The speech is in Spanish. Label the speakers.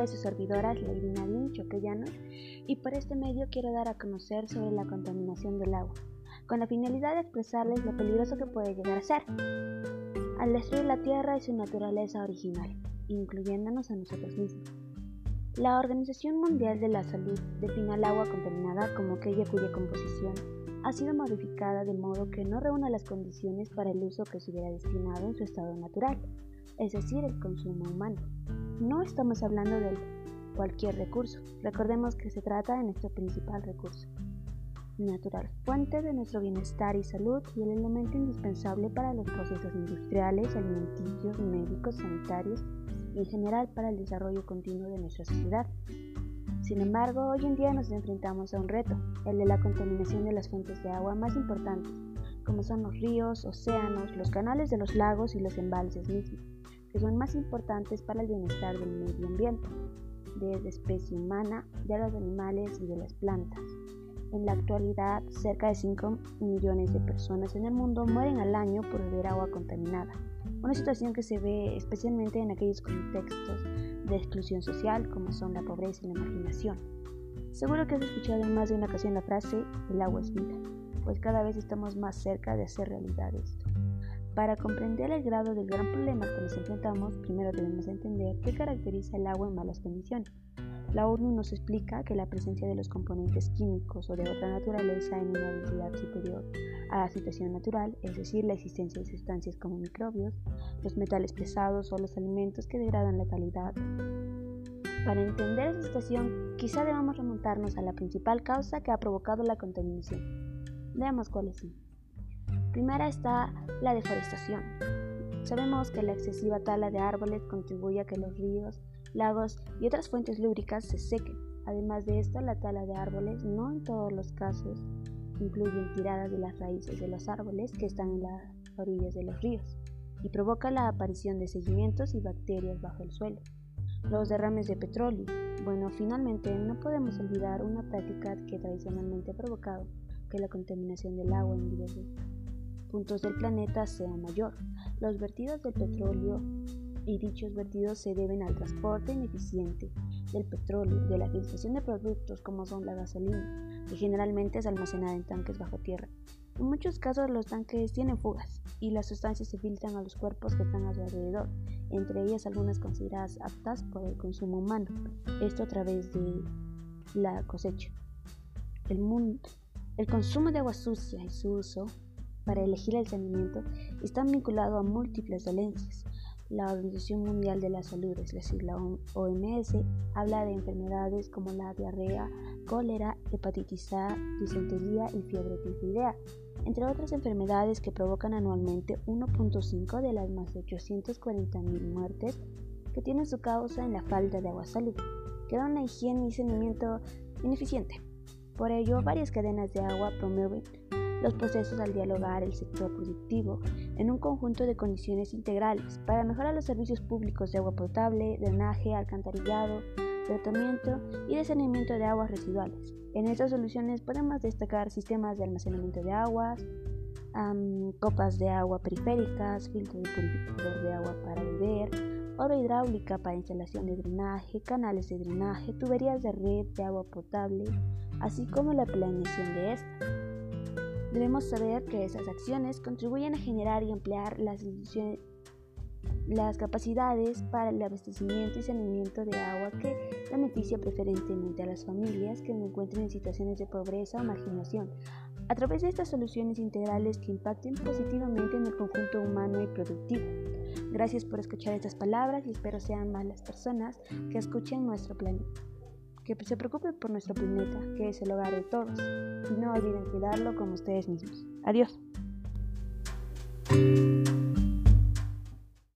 Speaker 1: de sus servidoras, Lady Nadine Choquellanos, y por este medio quiero dar a conocer sobre la contaminación del agua, con la finalidad de expresarles lo peligroso que puede llegar a ser, al destruir la tierra y su naturaleza original, incluyéndonos a nosotros mismos. La Organización Mundial de la Salud define al agua contaminada como aquella cuya composición ha sido modificada de modo que no reúna las condiciones para el uso que se hubiera destinado en su estado natural, es decir, el consumo humano. No estamos hablando de cualquier recurso, recordemos que se trata de nuestro principal recurso natural, fuente de nuestro bienestar y salud y el elemento indispensable para los procesos industriales, alimenticios, médicos, sanitarios y en general para el desarrollo continuo de nuestra sociedad. Sin embargo, hoy en día nos enfrentamos a un reto, el de la contaminación de las fuentes de agua más importantes, como son los ríos, océanos, los canales de los lagos y los embalses mismos, que son más importantes para el bienestar del medio ambiente, de la especie humana, de los animales y de las plantas. En la actualidad, cerca de 5 millones de personas en el mundo mueren al año por beber agua contaminada, una situación que se ve especialmente en aquellos contextos de exclusión social como son la pobreza y la marginación. Seguro que has escuchado en más de una ocasión la frase "el agua es vida", pues cada vez estamos más cerca de hacer realidad esto. Para comprender el grado del gran problema que nos enfrentamos, primero debemos entender qué caracteriza el agua en malas condiciones. La ONU nos explica que la presencia de los componentes químicos o de otra naturaleza en una densidad superior a la situación natural, es decir, la existencia de sustancias como microbios, los metales pesados o los alimentos que degradan la calidad. Para entender esta situación, quizá debamos remontarnos a la principal causa que ha provocado la contaminación. Veamos cuáles son. Primera está la deforestación. Sabemos que la excesiva tala de árboles contribuye a que los ríos, lagos y otras fuentes lúbricas se sequen. Además de esto, la tala de árboles no en todos los casos incluyen tiradas de las raíces de los árboles que están en las orillas de los ríos y provoca la aparición de sedimentos y bacterias bajo el suelo. Los derrames de petróleo. Bueno, finalmente no podemos olvidar una práctica que tradicionalmente ha provocado que la contaminación del agua en diversos puntos del planeta sea mayor. Los vertidos del petróleo y dichos vertidos se deben al transporte ineficiente del petróleo, de la filtración de productos como son la gasolina, que generalmente es almacenada en tanques bajo tierra. En muchos casos los tanques tienen fugas y las sustancias se filtran a los cuerpos que están a su alrededor, entre ellas algunas consideradas aptas por el consumo humano, esto a través de la cosecha. El consumo de agua sucia y su uso para elegir el saneamiento están vinculados a múltiples dolencias. La Organización Mundial de la Salud, es decir, la OMS, habla de enfermedades como la diarrea, cólera, hepatitis A, disentería y fiebre tifoidea, entre otras enfermedades que provocan anualmente 1.5 de las más de 840.000 muertes que tienen su causa en la falta de agua salud, que da una higiene y saneamiento ineficiente. Por ello, varias cadenas de agua promueven los procesos al dialogar el sector productivo en un conjunto de condiciones integrales para mejorar los servicios públicos de agua potable, drenaje, alcantarillado, tratamiento y de saneamiento de aguas residuales. En estas soluciones podemos destacar sistemas de almacenamiento de aguas, copas de agua periféricas, filtros de purificador de agua para beber, obra hidráulica para instalación de drenaje, canales de drenaje, tuberías de red de agua potable, así como la planeación de esta. Debemos saber que esas acciones contribuyen a generar y ampliar las capacidades para el abastecimiento y saneamiento de agua que beneficia preferentemente a las familias que se encuentran en situaciones de pobreza o marginación, a través de estas soluciones integrales que impacten positivamente en el conjunto humano y productivo. Gracias por escuchar estas palabras y espero sean más las personas que escuchen nuestro planeta, que se preocupen por nuestro planeta, que es el hogar de todos, y no olviden cuidarlo como ustedes mismos. Adiós.